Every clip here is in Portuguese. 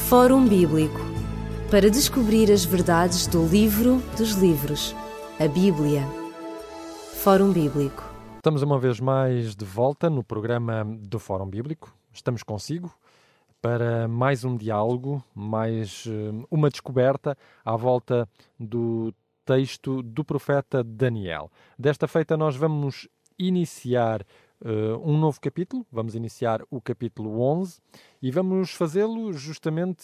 Fórum Bíblico, para descobrir as verdades do livro dos livros, a Bíblia. Fórum Bíblico. Estamos uma vez mais de volta no programa do Fórum Bíblico. Estamos consigo para mais um diálogo, mais uma descoberta à volta do texto do profeta Daniel. Desta feita nós vamos iniciar um novo capítulo, vamos iniciar o capítulo 11 e vamos fazê-lo justamente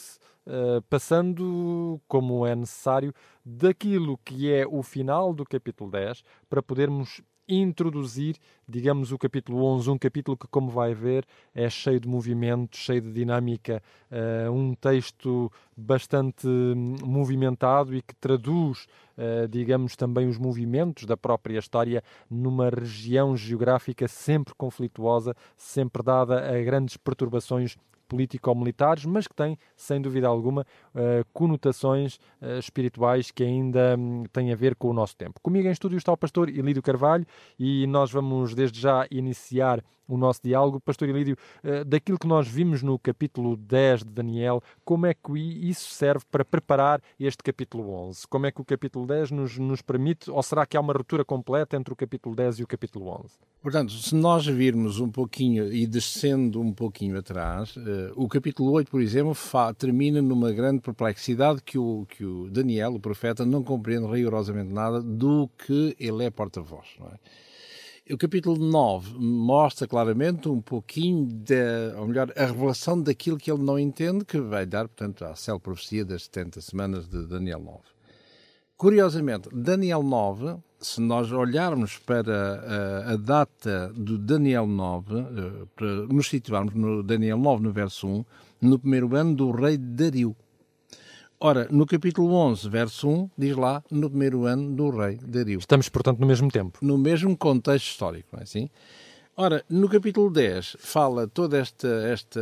passando, como é necessário, daquilo que é o final do capítulo 10 para podermos introduzir, digamos, o capítulo 11, um capítulo que, como vai ver, é cheio de movimento, cheio de dinâmica, um texto bastante movimentado e que traduz, digamos, também os movimentos da própria história numa região geográfica sempre conflituosa, sempre dada a grandes perturbações político-militares, mas que tem, sem dúvida alguma, conotações espirituais que ainda têm a ver com o nosso tempo. Comigo em estúdio está o pastor Ilídio Carvalho e nós vamos desde já iniciar o nosso diálogo. Pastor Ilídio, daquilo que nós vimos no capítulo 10 de Daniel, como é que isso serve para preparar este capítulo 11? Como é que o capítulo 10 nos permite, ou será que há uma ruptura completa entre o capítulo 10 e o capítulo 11? Portanto, se nós virmos um pouquinho e descendo um pouquinho atrás, o capítulo 8, por exemplo, termina numa grande perplexidade que o Daniel, o profeta, não compreende rigorosamente nada do que ele é porta-voz, não é? O capítulo 9 mostra claramente um pouquinho, ou melhor, a revelação daquilo que ele não entende, que vai dar, portanto, à célebre profecia das 70 semanas de Daniel 9. Curiosamente, Daniel 9, se nós olharmos para a data do Daniel 9, para nos situarmos no Daniel 9, no verso 1, no primeiro ano do rei Dario. Ora, no capítulo 11, verso 1, diz lá, no primeiro ano do rei Dario. Estamos, portanto, no mesmo tempo. No mesmo contexto histórico, não é assim? Ora, no capítulo 10 fala toda esta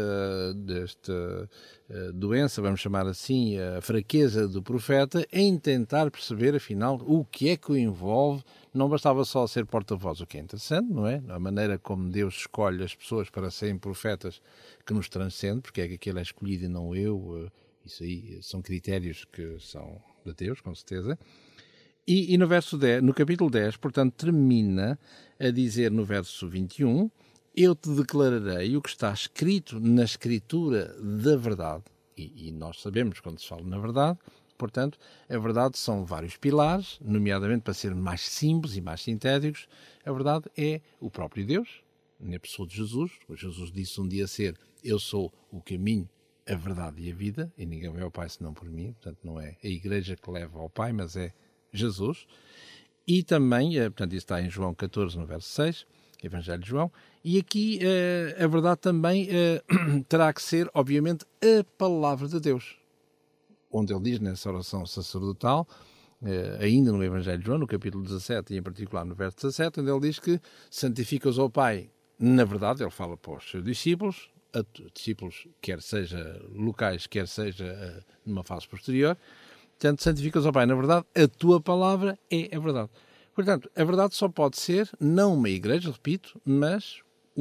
doença, vamos chamar assim, a fraqueza do profeta, em tentar perceber, afinal, o que é que o envolve. Não bastava só ser porta-voz, o que é interessante, não é? A maneira como Deus escolhe as pessoas para serem profetas que nos transcende, porque é que aquele é escolhido e não eu. Isso aí são critérios que são de Deus, com certeza. E no verso 10, no capítulo 10, portanto, termina a dizer no verso 21, eu te declararei o que está escrito na escritura da verdade. E nós sabemos, quando se fala na verdade, portanto, a verdade são vários pilares, nomeadamente para ser mais simples e mais sintéticos, a verdade é o próprio Deus, na pessoa de Jesus. Jesus disse um dia ser, eu sou o caminho, a verdade e a vida, e ninguém vai ao Pai senão por mim, portanto não é a Igreja que leva ao Pai, mas é Jesus. E também, portanto isso está em João 14, no verso 6, Evangelho de João, e aqui a verdade também terá que ser, obviamente, a palavra de Deus, onde ele diz nessa oração sacerdotal, ainda no Evangelho de João, no capítulo 17, e em particular no verso 17, onde ele diz que santifica-os ao Pai, na verdade, ele fala para os seus discípulos, quer seja locais, quer seja numa fase posterior. Portanto, santifica-os ao Pai. Na verdade, a tua palavra é a verdade. Portanto, a verdade só pode ser, não uma igreja, repito, mas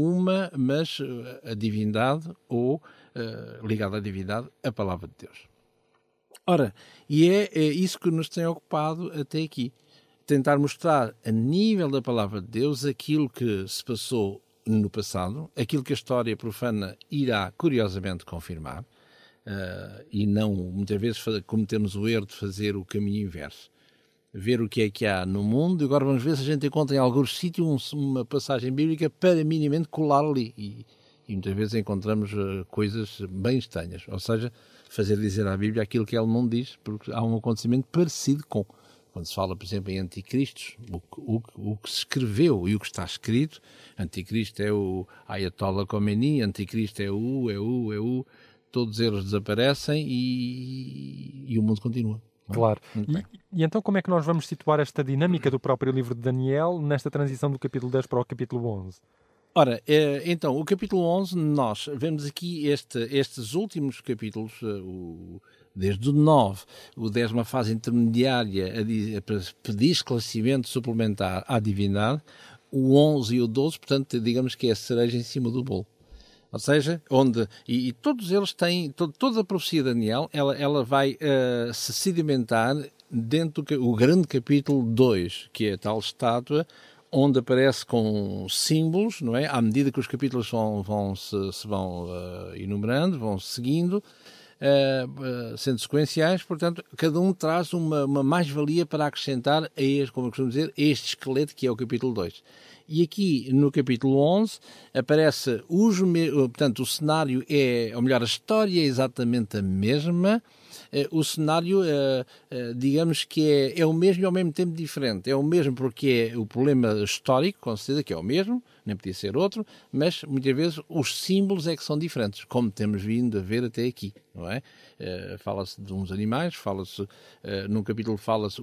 a divindade ou, ligada à divindade, a palavra de Deus. Ora, e é isso que nos tem ocupado até aqui. Tentar mostrar, a nível da palavra de Deus, aquilo que se passou no passado, aquilo que a história profana irá curiosamente confirmar, e não, muitas vezes, cometemos o erro de fazer o caminho inverso. Ver o que é que há no mundo, e agora vamos ver se a gente encontra em algum sítio uma passagem bíblica para minimamente colar ali. E muitas vezes encontramos coisas bem estranhas. Ou seja, fazer dizer à Bíblia aquilo que ela não diz, porque há um acontecimento parecido com. Quando se fala, por exemplo, em anticristos, o que se escreveu e o que está escrito, anticristo é o Ayatollah Khomeini, anticristo é o, todos eles desaparecem e o mundo continua. Claro. E então como é que nós vamos situar esta dinâmica do próprio livro de Daniel nesta transição do capítulo 10 para o capítulo 11? Ora, então, o capítulo 11, nós vemos aqui estes últimos capítulos, desde o 9, o 10 uma fase intermediária para pedir esclarecimento suplementar à divindade, o 11 e o 12, portanto, digamos que é a cereja em cima do bolo. Ou seja, e todos eles têm, toda a profecia de Daniel, ela vai se sedimentar dentro do grande capítulo 2, que é a tal estátua, onde aparece com símbolos, não é? À medida que os capítulos vão enumerando, vão seguindo, sendo sequenciais, portanto, cada um traz uma mais-valia para acrescentar como eu costumo dizer, a este esqueleto que é o capítulo 2. E aqui, no capítulo 11, aparece portanto, o cenário ou melhor, a história é exatamente a mesma. O cenário, digamos que é o mesmo e ao mesmo tempo diferente. É o mesmo porque é o problema histórico, com certeza que é o mesmo, nem podia ser outro, mas muitas vezes os símbolos é que são diferentes, como temos vindo a ver até aqui, não é? Fala-se de uns animais, num capítulo fala-se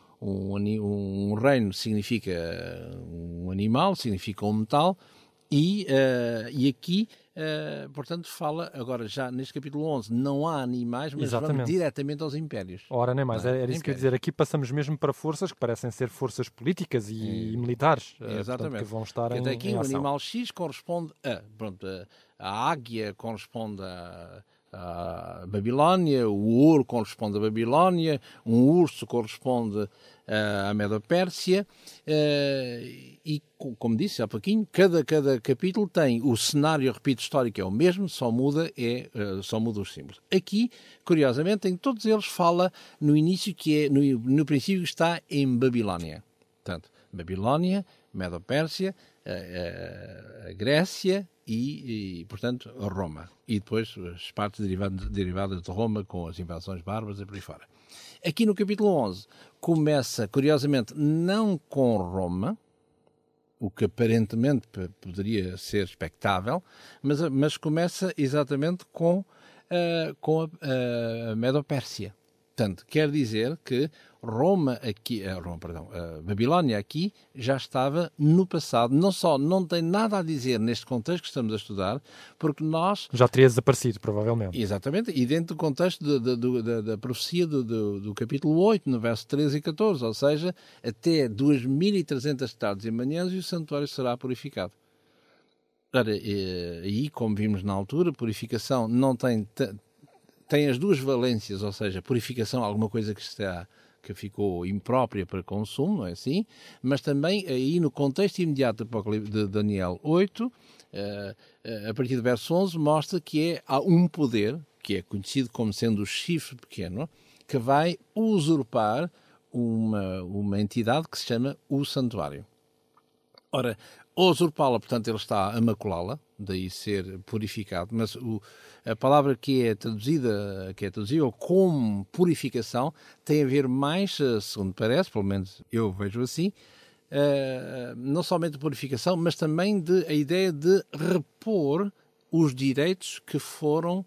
um reino significa um animal, significa um metal, e aqui, portanto, fala, agora já neste capítulo 11, não há animais, mas vamos diretamente aos impérios. Ora, nem mais, era isso que eu ia dizer. Aqui passamos mesmo para forças que parecem ser forças políticas e militares. Exatamente. Portanto, que vão estar até aqui o ação. Animal X corresponde a águia corresponde a Babilónia, o ouro corresponde a Babilónia, um urso corresponde a Medo-Pérsia, e como disse há pouquinho, cada capítulo tem o cenário, repito, histórico é o mesmo, só muda os símbolos. Aqui, curiosamente, em todos eles fala no início que é, no princípio está em Babilónia. Portanto, Babilónia, Medo-Pérsia, a Grécia e, portanto, a Roma. E depois as partes derivadas de Roma com as invasões bárbaras e por aí fora. Aqui no capítulo 11 começa, curiosamente, não com Roma, o que aparentemente poderia ser expectável, mas começa exatamente com a Medo-Pérsia. Portanto, quer dizer que Babilónia aqui já estava no passado. Não tem nada a dizer neste contexto que estamos a estudar, porque nós... Já teria desaparecido, provavelmente. Exatamente, e dentro do contexto da profecia do capítulo 8, no verso 13 e 14, ou seja, até 2.300 tardes e manhãs e o santuário será purificado. Ora, aí, como vimos na altura, purificação não tem as duas valências, ou seja, purificação, alguma coisa que ficou imprópria para consumo, não é assim? Mas também aí no contexto imediato de Daniel 8, a partir do verso 11, mostra que há um poder, que é conhecido como sendo o chifre pequeno, que vai usurpar uma entidade que se chama o santuário. Ora, usurpá-la, portanto, ele está a maculá-la, daí ser purificado, mas a palavra que é traduzida como purificação tem a ver mais, segundo parece, pelo menos eu vejo assim, não somente de purificação, mas também a ideia de repor os direitos que foram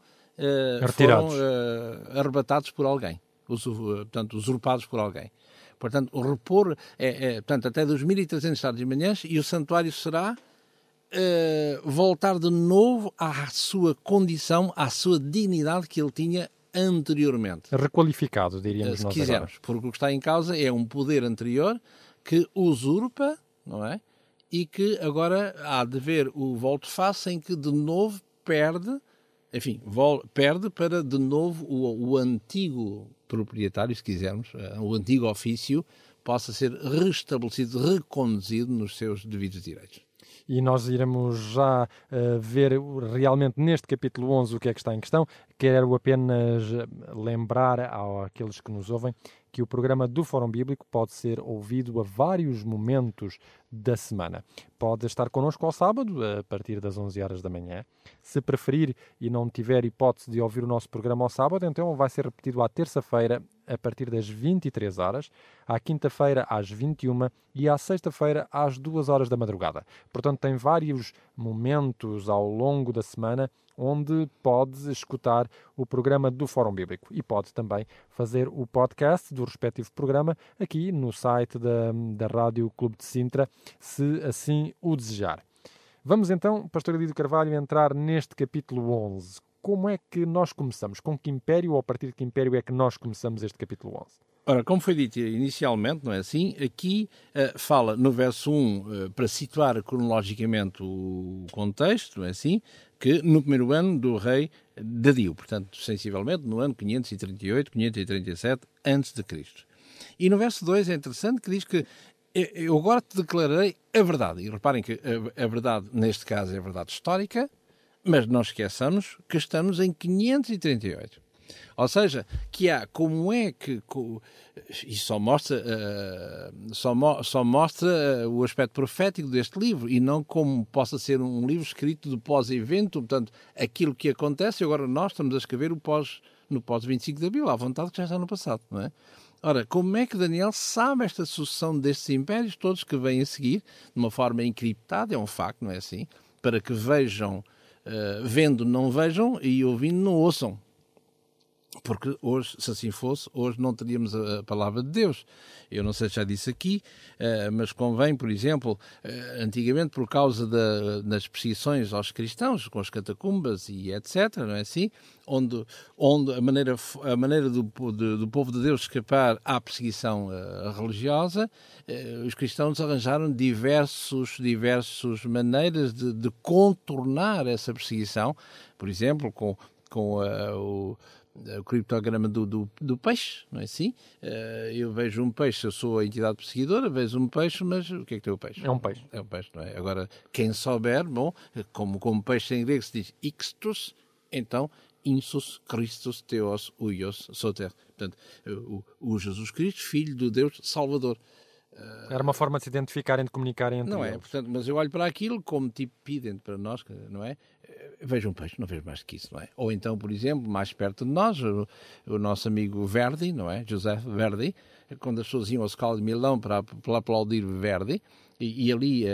arrebatados por alguém, portanto, usurpados por alguém. Portanto, o repor portanto, até 2.300 tardes e manhãs, e o santuário será voltar de novo à sua condição, à sua dignidade que ele tinha anteriormente. Requalificado, diríamos se nós quisermos, agora. Porque o que está em causa é um poder anterior que usurpa, não é? E que agora há de ver o volte-face em que de novo perde para de novo o antigo proprietário, se quisermos, o antigo ofício, possa ser restabelecido, reconduzido nos seus devidos direitos. E nós iremos já ver realmente neste capítulo 11 o que é que está em questão. Quero apenas lembrar àqueles que nos ouvem que o programa do Fórum Bíblico pode ser ouvido a vários momentos da semana. Pode estar connosco ao sábado, a partir das 11 horas da manhã. Se preferir e não tiver hipótese de ouvir o nosso programa ao sábado, então vai ser repetido à terça-feira, a partir das 23 horas, à quinta-feira às 21 e à sexta-feira às 2 horas da madrugada. Portanto, tem vários momentos ao longo da semana onde pode escutar o programa do Fórum Bíblico e pode também fazer o podcast do respectivo programa aqui no site da Rádio Clube de Sintra, se assim o desejar. Vamos então, Pastor Elidio Carvalho, entrar neste capítulo 11. Como é que nós começamos? Com que império ou a partir de que império é que nós começamos este capítulo 11? Ora, como foi dito inicialmente, não é assim? Aqui fala no verso 1, para situar cronologicamente o contexto, não é assim? que no primeiro ano do rei Dario, portanto, sensivelmente no ano 538, 537 a.C. E no verso 2 é interessante que diz que eu agora te declararei a verdade. E reparem que a verdade, neste caso, é a verdade histórica, mas não esqueçamos que estamos em 538. Ou seja, que há como é que... Isso só mostra o aspecto profético deste livro e não como possa ser um livro escrito de pós-evento, portanto, aquilo que acontece, e agora nós estamos a escrever no pós-25 de abril, à vontade que já está no passado, não é? Ora, como é que Daniel sabe esta sucessão destes impérios todos que vêm a seguir, de uma forma encriptada, é um facto, não é assim? Para que vejam, vendo não vejam e ouvindo não ouçam. Porque hoje, se assim fosse, hoje não teríamos a palavra de Deus. Eu não sei se já disse aqui, mas convém, por exemplo, antigamente por causa das perseguições aos cristãos, com as catacumbas e etc., não é assim? Onde a maneira do povo de Deus escapar à perseguição religiosa, os cristãos arranjaram diversas maneiras de contornar essa perseguição, por exemplo, com o criptograma do peixe, não é assim? Eu vejo um peixe, eu sou a entidade perseguidora, vejo um peixe, mas o que é que tem o peixe? É um peixe. É um peixe, não é? Agora, quem souber, bom, como peixe em grego se diz ixtus, então insus Christus Theos Huios Soter. Portanto, o Jesus Cristo, Filho do Deus Salvador. Era uma forma de se identificarem, de comunicarem entre não eles. É, portanto, mas eu olho para aquilo como tipo evidente para nós, não é? Vejo um peixe, não vejo mais do que isso, não é? Ou então, por exemplo, mais perto de nós, o nosso amigo Verdi, não é? José Verdi, quando as pessoas iam ao Scala de Milão para aplaudir Verdi, e ali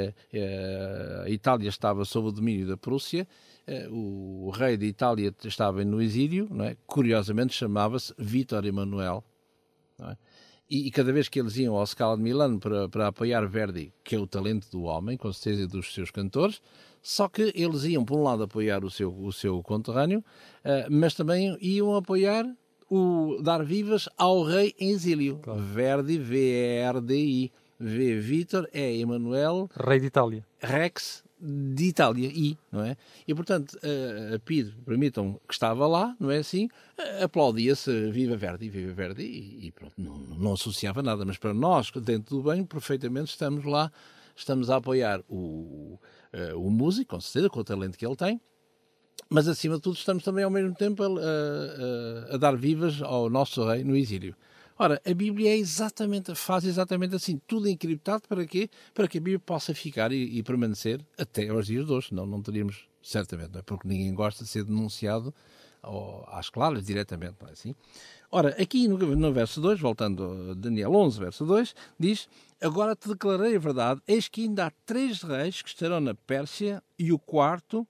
a Itália estava sob o domínio da Prússia, o rei de Itália estava no exílio, não é? Curiosamente chamava-se Vítor Emanuel, não é? E cada vez que eles iam ao Scala de Milano para apoiar Verdi, que é o talento do homem, com certeza, dos seus cantores, só que eles iam, por um lado, apoiar o seu conterrâneo, mas também iam apoiar dar vivas ao rei em exílio. Claro. Verdi, V-E-R-D-I. V. Vítor, E. Emanuel. Rei de Itália. Rex de Itália, não é? E, portanto, a Pido, permitam, que estava lá, não é assim, aplaudia-se Viva Verdi, e pronto, não associava nada, mas para nós, dentro do bem, perfeitamente estamos lá, estamos a apoiar o músico, com certeza, com o talento que ele tem, mas, acima de tudo, estamos também, ao mesmo tempo, a dar vivas ao nosso rei no exílio. Ora, a Bíblia faz exatamente assim, tudo encriptado para quê? Para que a Bíblia possa ficar e permanecer até aos dias de hoje, senão não teríamos, certamente, não é? Porque ninguém gosta de ser denunciado às claras diretamente, não é assim? Ora, aqui no verso 2, voltando a Daniel 11, verso 2, diz: agora te declarei a verdade, eis que ainda há 3 reis que estarão na Pérsia e o quarto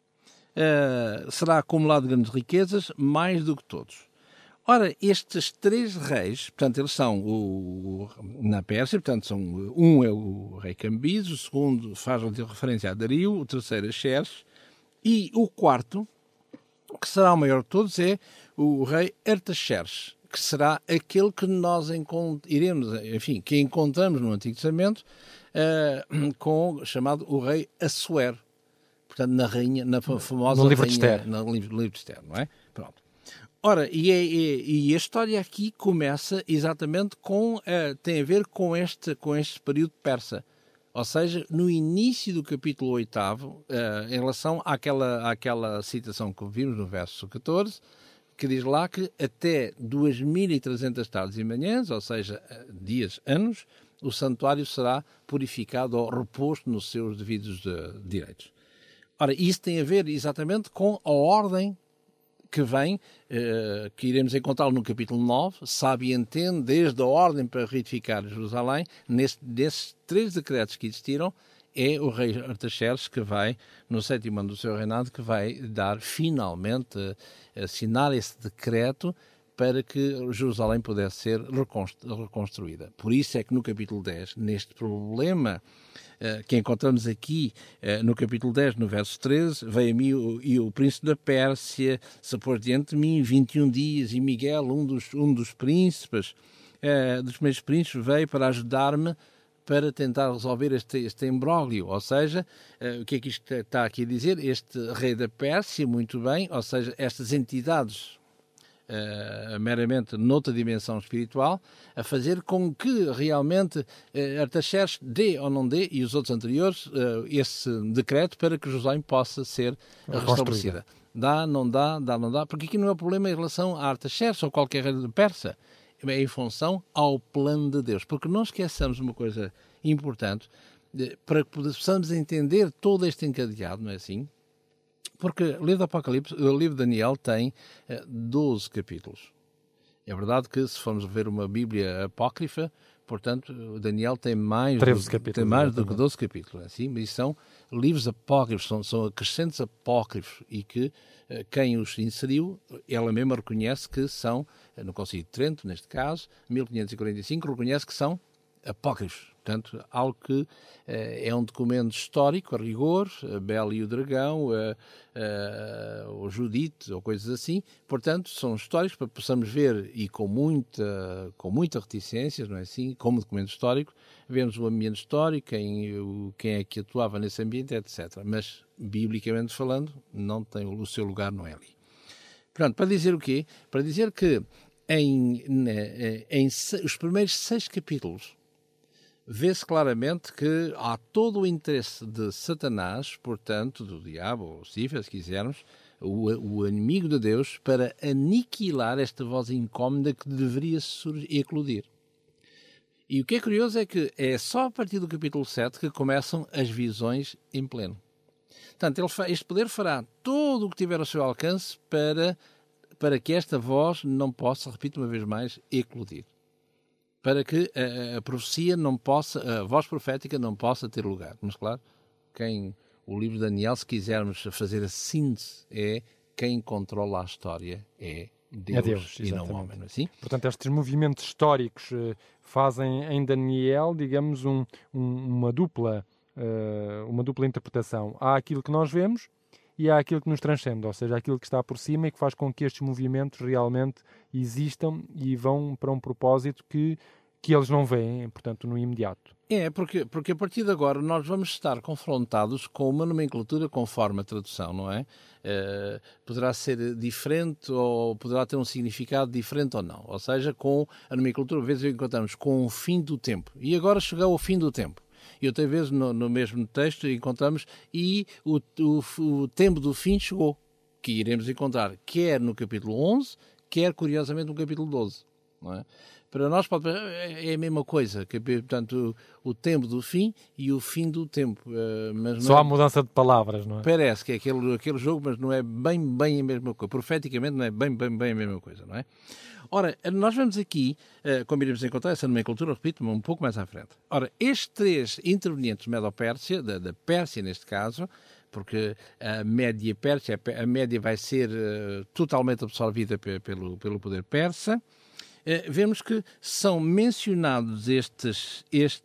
será acumulado de grandes riquezas, mais do que todos. Ora, estes 3 reis, portanto, eles são na Pérsia, portanto, um é o rei Cambises, o segundo faz referência a Dario, o terceiro a Xerxes, e o quarto, que será o maior de todos, é o rei Artaxerxes, que será aquele que nós que encontramos no Antigo Testamento, chamado o rei Assuero, portanto, na famosa no livro rainha, no livro de Esther, não é? Pronto. Ora, e a história aqui começa exatamente tem a ver com este período persa. Ou seja, no início do capítulo 8, em relação àquela citação que vimos no verso 14, que diz lá que até 2300 tardes e manhãs, ou seja, dias, anos, o santuário será purificado ou reposto nos seus devidos direitos. Ora, isso tem a ver exatamente com a ordem que vem, que iremos encontrar no capítulo 9, sabe e entende, desde a ordem para reedificar Jerusalém, desses 3 decretos que existiram, é o rei Artaxerxes que vai, no 7º ano do seu reinado, que vai dar finalmente, assinar esse decreto para que Jerusalém pudesse ser reconstruída. Por isso é que no capítulo 10, neste problema que encontramos aqui no capítulo 10, no verso 13, veio a mim o príncipe da Pérsia, se pôs diante de mim 21 dias, e Miguel, um dos príncipes, dos primeiros príncipes, veio para ajudar-me, para tentar resolver este imbróglio. Ou seja, o que é que isto está aqui a dizer? Este rei da Pérsia, muito bem, ou seja, estas entidades meramente noutra dimensão espiritual, a fazer com que realmente Artaxerxes dê ou não dê, e os outros anteriores, esse decreto para que Jerusalém possa ser restabelecida. Dá, não dá, porque aqui não é problema em relação a Artaxerxes ou qualquer rei persa, é em função ao plano de Deus. Porque não esqueçamos uma coisa importante, para que possamos entender todo este encadeado, não é assim? Porque o livro do Apocalipse, o livro de Daniel tem 12 capítulos. É verdade que se formos ver uma Bíblia apócrifa, portanto, o Daniel tem mais, do que 12 capítulos. Assim, mas são livros apócrifos, são acrescentes apócrifos e que quem os inseriu, ela mesma reconhece que são, no Concílio de Trento, neste caso, 1545, reconhece que são apócrifos. Portanto, algo que é um documento histórico, a rigor, a Bela e o Dragão, o Judite, ou coisas assim. Portanto, são históricos para que possamos ver, e com muita reticência, não é assim, como documento histórico, vemos o ambiente histórico, quem é que atuava nesse ambiente, etc. Mas, biblicamente falando, não tem o seu lugar, não é ali. Pronto, para dizer o quê? Para dizer que os primeiros 6 capítulos vê-se claramente que há todo o interesse de Satanás, portanto, do diabo, ou Lucifer, se quisermos, o inimigo de Deus, para aniquilar esta voz incómoda que deveria eclodir. E o que é curioso é que é só a partir do capítulo 7 que começam as visões em pleno. Portanto, este poder fará tudo o que tiver ao seu alcance para que esta voz não possa, repito uma vez mais, eclodir. Para que a profecia não possa, a voz profética não possa ter lugar. Mas claro, o livro de Daniel, se quisermos fazer a síntese, é quem controla a história é Deus e não o homem, não é assim? Portanto, estes movimentos históricos fazem em Daniel, digamos, uma dupla interpretação. Há aquilo que nós vemos e há aquilo que nos transcende, ou seja, aquilo que está por cima e que faz com que estes movimentos realmente existam e vão para um propósito que eles não veem, portanto, no imediato. Porque a partir de agora nós vamos estar confrontados com uma nomenclatura conforme a tradução, não é? Poderá ser diferente ou poderá ter um significado diferente ou não. Ou seja, com a nomenclatura, às vezes encontramos com o fim do tempo. E agora chegou o fim do tempo. E outra vez no mesmo texto encontramos e o tempo do fim chegou, que iremos encontrar quer no capítulo 11, quer curiosamente no capítulo 12. Não é? Para nós é a mesma coisa, portanto, o tempo do fim e o fim do tempo. Mas só há mudança de palavras, não é? Parece que é aquele jogo, mas não é bem a mesma coisa. Profeticamente não é bem a mesma coisa, não é? Ora, nós vamos aqui, como iremos encontrar essa nomenclatura, repito, um pouco mais à frente. Ora, estes 3 intervenientes Medo-Pérsia, da Pérsia neste caso, porque a Média Pérsia, a Média vai ser totalmente absorvida pelo poder persa, vemos que são mencionados estes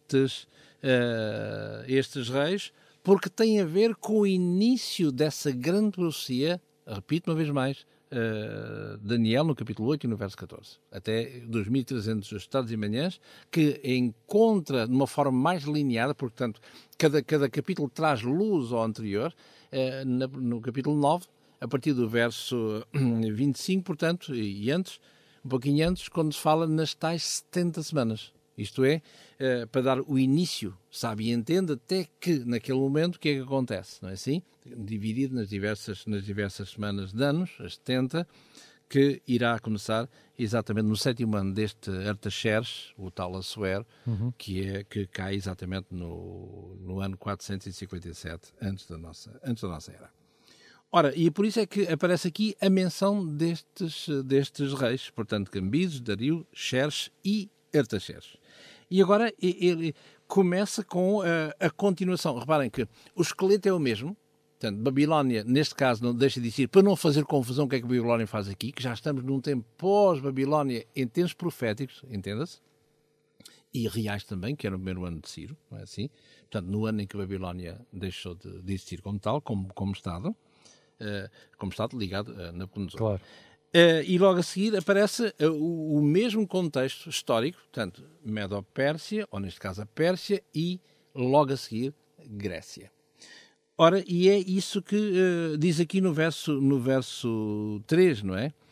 reis porque têm a ver com o início dessa grande profecia, repito uma vez mais, Daniel no capítulo 8 e no verso 14, até 2300 estados e manhãs, que encontra de uma forma mais lineada, portanto, cada capítulo traz luz ao anterior, no capítulo 9, a partir do verso 25, portanto, e antes, um pouquinho antes, quando se fala nas tais 70 semanas. Isto é, para dar o início, sabe e entende, até que, naquele momento, o que é que acontece, não é assim? Dividido nas diversas semanas de anos, as 70, que irá começar exatamente no 7º ano deste Artaxerxes, o tal Assuero, que cai exatamente no ano 457 antes da nossa era. Ora, e por isso é que aparece aqui a menção destes reis, portanto, Cambises, Dario, Xerxes e Artaxerxes. E agora ele começa com a continuação. Reparem que o esqueleto é o mesmo. Portanto, Babilónia, neste caso, não deixa de dizer, para não fazer confusão o que é que Babilónia faz aqui, que já estamos num tempo pós-Babilónia em termos proféticos, entenda-se, e reais também, que era o primeiro ano de Ciro, não é assim? Portanto, no ano em que a Babilónia deixou de existir como tal, como Estado ligado a Nabucodonosor. Claro. E logo a seguir aparece o mesmo contexto histórico, portanto, Medo-Pérsia, ou neste caso a Pérsia, e logo a seguir Grécia. Ora, e é isso que diz aqui no verso 3, não é?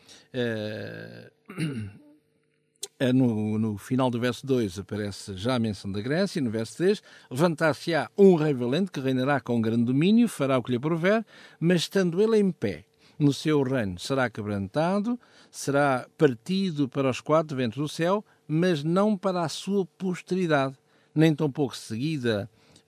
No final do verso 2 aparece já a menção da Grécia, no verso 3, levantar-se-á um rei valente que reinará com grande domínio, fará o que lhe aprouver, mas estando ele em pé, no seu reino será quebrantado, será partido para os quatro ventos do céu, mas não para a sua posteridade, nem tão pouco segundo,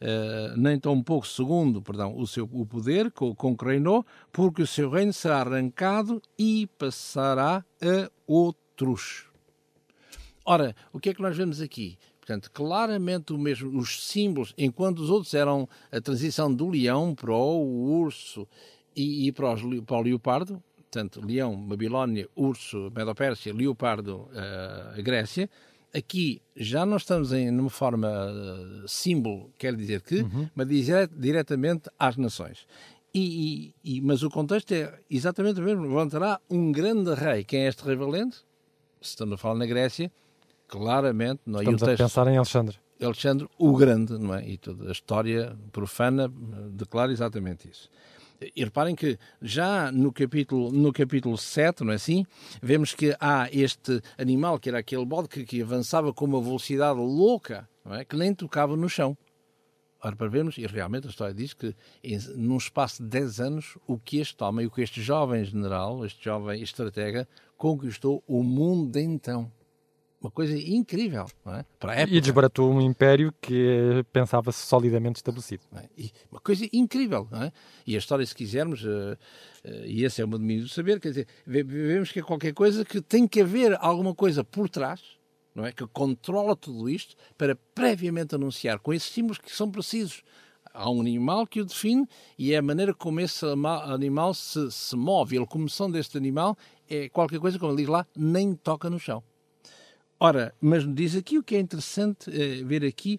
o poder com que reinou, porque o seu reino será arrancado e passará a outros. Ora, o que é que nós vemos aqui? Portanto, claramente os símbolos, enquanto os outros eram a transição do leão para o urso e para o leopardo, portanto, leão, Babilónia, urso, Medo-Pérsia, leopardo, a Grécia, aqui já não estamos numa forma símbolo, quer dizer que, mas diretamente às nações. Mas o contexto é exatamente o mesmo. Levantará um grande rei. Quem é este rei valente? Se estamos a falar na Grécia, claramente... Não é? Estamos a pensar em Alexandre. Alexandre o Grande, não é? E toda a história profana declara exatamente isso. E reparem que já no capítulo 7, não é assim? Vemos que há este animal, que era aquele bode que avançava com uma velocidade louca, não é? Que nem tocava no chão. Ora, para vermos, e realmente a história diz que num espaço de 10 anos, o que este homem, o que este jovem general, este jovem estratega, conquistou o mundo então. Uma coisa incrível, não é? Para a época. E desbaratou um império que pensava-se solidamente estabelecido. Uma coisa incrível, não é? E a história, se quisermos, e esse é o meu domínio de saber, quer dizer, vemos que é qualquer coisa que tem que haver alguma coisa por trás, não é? Que controla tudo isto para previamente anunciar com esses símbolos que são precisos. Há um animal que o define e é a maneira como esse animal se move. A locomoção deste animal é qualquer coisa, como ele diz lá, nem toca no chão. Ora, mas diz aqui o que é interessante ver aqui,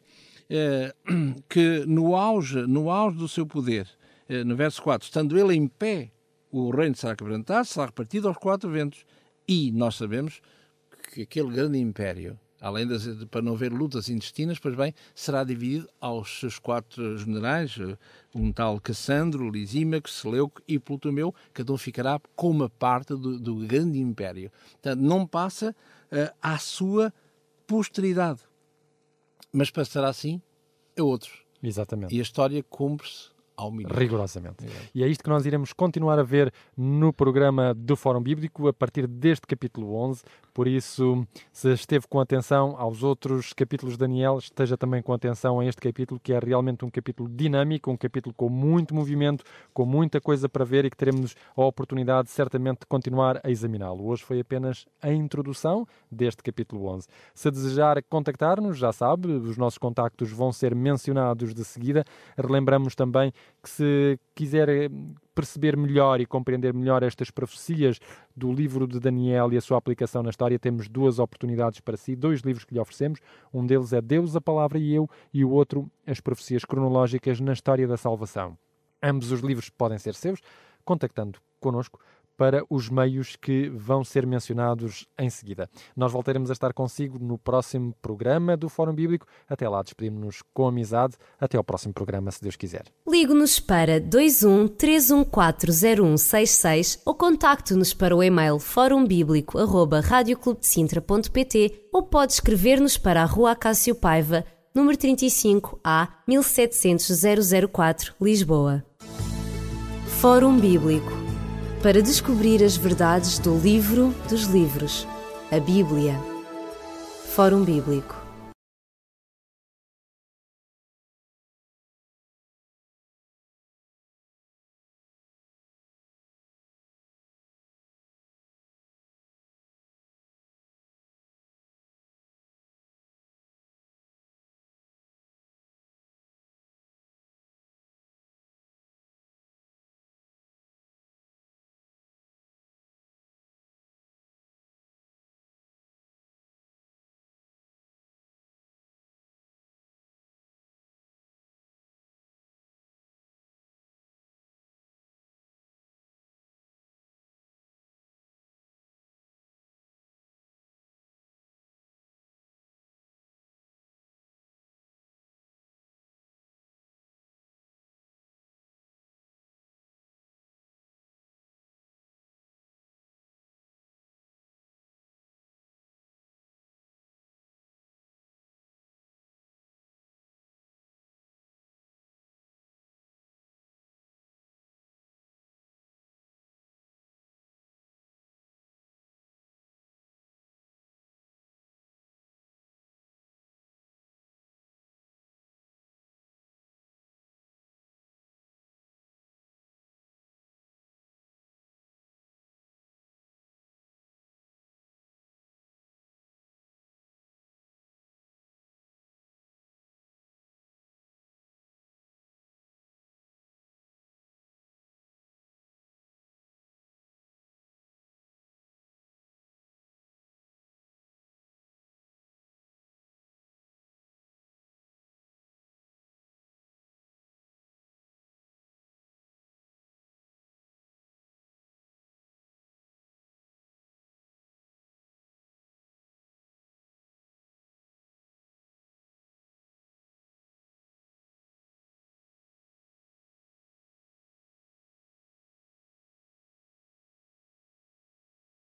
que no auge do seu poder, no verso 4, estando ele em pé, o reino será quebrantado, será repartido aos quatro ventos. E nós sabemos que aquele grande império, além para não haver lutas intestinas, pois bem, será dividido aos seus quatro generais, um tal Cassandro, Lisímaco, Seleuco e Ptolomeu, cada um ficará com uma parte do grande império. Portanto, não passa à sua posteridade, mas passará assim a outros. Exatamente. E a história cumpre-se ao minuto. Rigorosamente. E é isto que nós iremos continuar a ver no programa do Fórum Bíblico a partir deste capítulo 11. Por isso, se esteve com atenção aos outros capítulos de Daniel, esteja também com atenção a este capítulo, que é realmente um capítulo dinâmico, um capítulo com muito movimento, com muita coisa para ver e que teremos a oportunidade certamente de continuar a examiná-lo. Hoje foi apenas a introdução deste capítulo 11. Se desejar contactar-nos, já sabe, os nossos contactos vão ser mencionados de seguida. Relembramos também que se quiser perceber melhor e compreender melhor estas profecias do livro de Daniel e a sua aplicação na história, temos duas oportunidades para si, dois livros que lhe oferecemos. Um deles é Deus, a Palavra e Eu, e o outro, As Profecias Cronológicas na História da Salvação. Ambos os livros podem ser seus, contactando connosco para os meios que vão ser mencionados em seguida. Nós voltaremos a estar consigo no próximo programa do Fórum Bíblico. Até lá, despedimos-nos com amizade. Até ao próximo programa, se Deus quiser. Ligue-nos para 21 314 0166 ou contacte-nos para o e-mail forumbiblico@radioclubdecintra.pt ou pode escrever-nos para a Rua Acácio Paiva, número 35A, 1700 004, Lisboa. Fórum Bíblico, para descobrir as verdades do livro dos livros, a Bíblia. Fórum Bíblico.